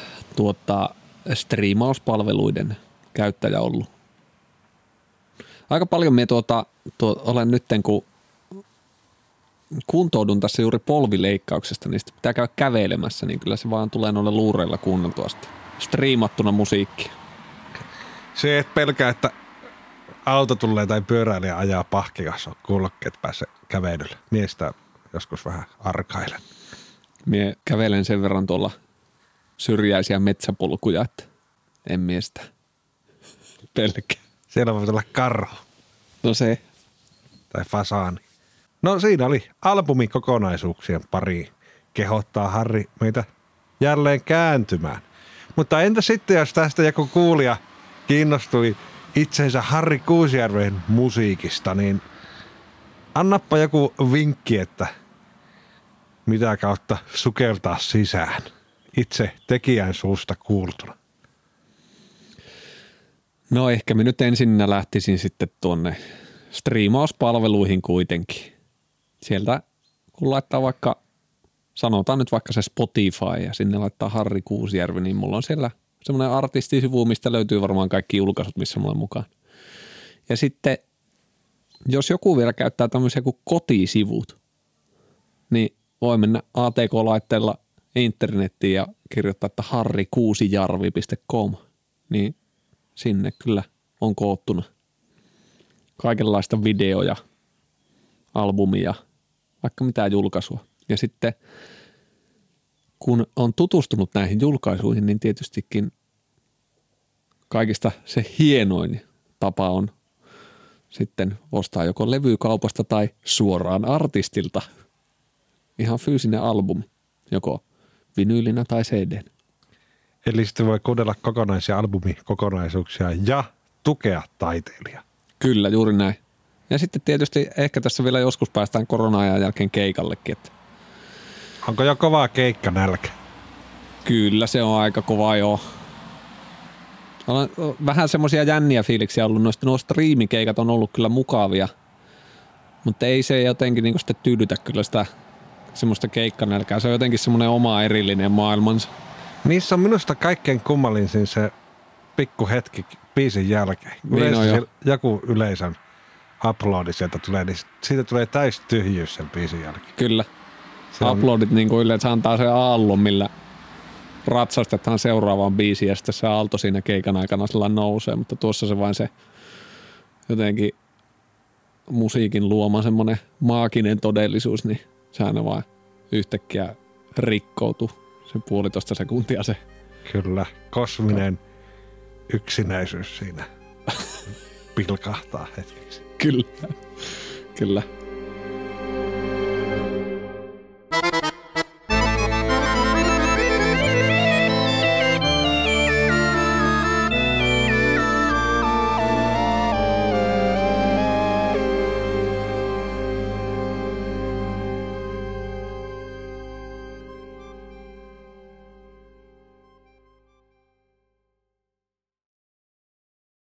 striimauspalveluiden käyttäjä ollut. Aika paljon minä olen nytten, kun kuntoudun tässä juuri polvileikkauksesta, niin sitten pitää käydä kävelemässä, niin kyllä se vaan tulee noille luureilla kuunneltua sitten striimattuna musiikkia. Se et pelkää, että auto tulee tai pyöräilijä ajaa pahkikas, on kuulokkeet pääse kävelylle. Miestä joskus vähän arkailen. Mie kävelen sen verran tuolla syrjäisiä metsäpolkuja, että en miestä pelkää. Siellä voi olla karhu. No se. Tai fasaani. No siinä oli albumikokonaisuuksien pari. Kehottaa Harri meitä jälleen kääntymään. Mutta entä sitten, jos tästä joku kuulija kiinnostui itsensä Harri Kuusijärven musiikista, niin annappa joku vinkki, että mitä kautta sukeltaa sisään itse tekijän suusta kuultuna. No ehkä me nyt ensin lähtisin sitten tuonne striimauspalveluihin kuitenkin. Sieltä kun laittaa vaikka, sanotaan nyt vaikka se Spotify ja sinne laittaa Harri Kuusijärvi, niin mulla on siellä semmoinen artistisivu, mistä löytyy varmaan kaikki julkaisut, missä mulla on mukaan. Ja sitten, jos joku vielä käyttää tämmöisiä kuin kotisivut, niin voi mennä ATK-laitteella internettiin ja kirjoittaa, että harrikuusijarvi.com, niin sinne kyllä on koottuna kaikenlaista videoja, albumia, vaikka mitään julkaisua. Ja sitten kun on tutustunut näihin julkaisuihin, niin tietystikin kaikista se hienoin tapa on sitten ostaa joko levykaupasta tai suoraan artistilta ihan fyysinen albumi, joko vinyylinä tai CD. Eli sitten voi kuunnella kokonaisia albumikokonaisuuksia ja tukea taiteilijaa. Kyllä, juuri näin. Ja sitten tietysti ehkä tässä vielä joskus päästään korona-ajan jälkeen keikallekin. Että onko jo kovaa keikkanälkä? Kyllä, se on aika kova joo. On vähän semmoisia jänniä fiiliksiä ollut. Nuo striimikeikat on ollut kyllä mukavia, mutta ei se jotenkin niin sitten tyydytä kyllä sitä semmoista keikkanälkää. Se on jotenkin semmoinen oma erillinen maailmansa. Niissä on minusta kaikkein kummallisin se pikku hetki biisin jälkeen. Yleensä joku yleisön uploadi sieltä tulee, niin siitä tulee täys tyhjyys sen biisin jälkeen. Kyllä. Uploadit niin kuin yleensä antaa se aallon, millä ratsastetaan seuraavaan biisiin ja sitten se aalto siinä keikan aikana sillä nousee, mutta tuossa se vain se jotenkin musiikin luoma semmoinen maaginen todellisuus, niin se aina vaan yhtäkkiä rikkoutuu se 1,5 sekuntia se. Kyllä, kosminen yksinäisyys siinä pilkahtaa hetkeksi. Kyllä, kyllä.